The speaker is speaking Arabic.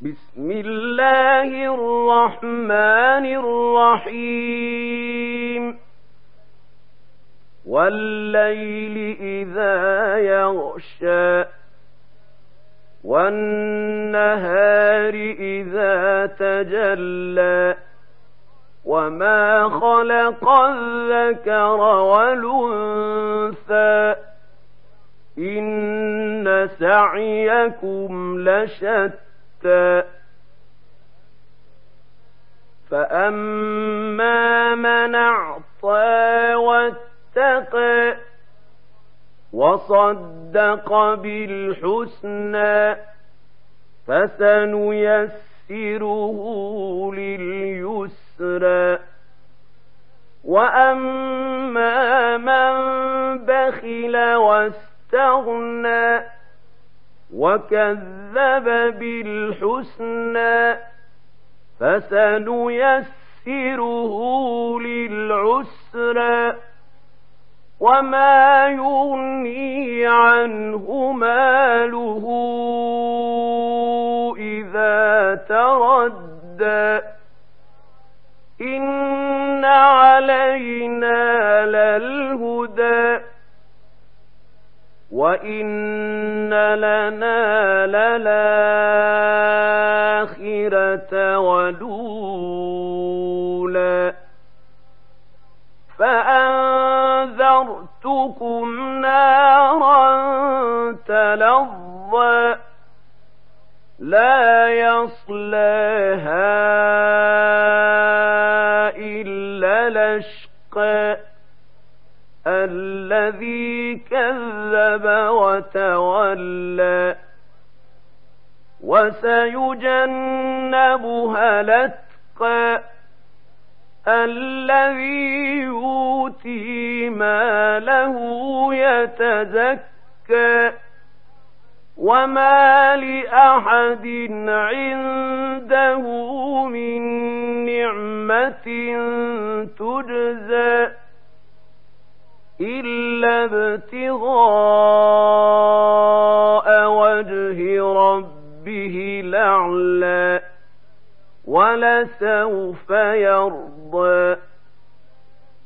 بسم الله الرحمن الرحيم والليل إذا يغشى والنهار إذا تجلى وما خلق الذكر والأنثى إن سعيكم لشتى فأما من أعطى واتقى وصدق بالحسنى فسنيسره لليسرى وأما من بخل واستغنى وكذب بالحسنى فسنيسره للعسرى وما يغني عنه ماله إذا تردى إن علينا للهدى وإن لنا للآخرة والأولى فأنذرتكم نارا تلظى لا يصلاها إلا الأشقى الذي كذب وتولى وسيجنبها الأتقى الذي يؤتي ماله يتزكى وما لأحد عنده من نعمة تجزى إلا ابتغاء وجه ربه الأعلى ولسوف يرضى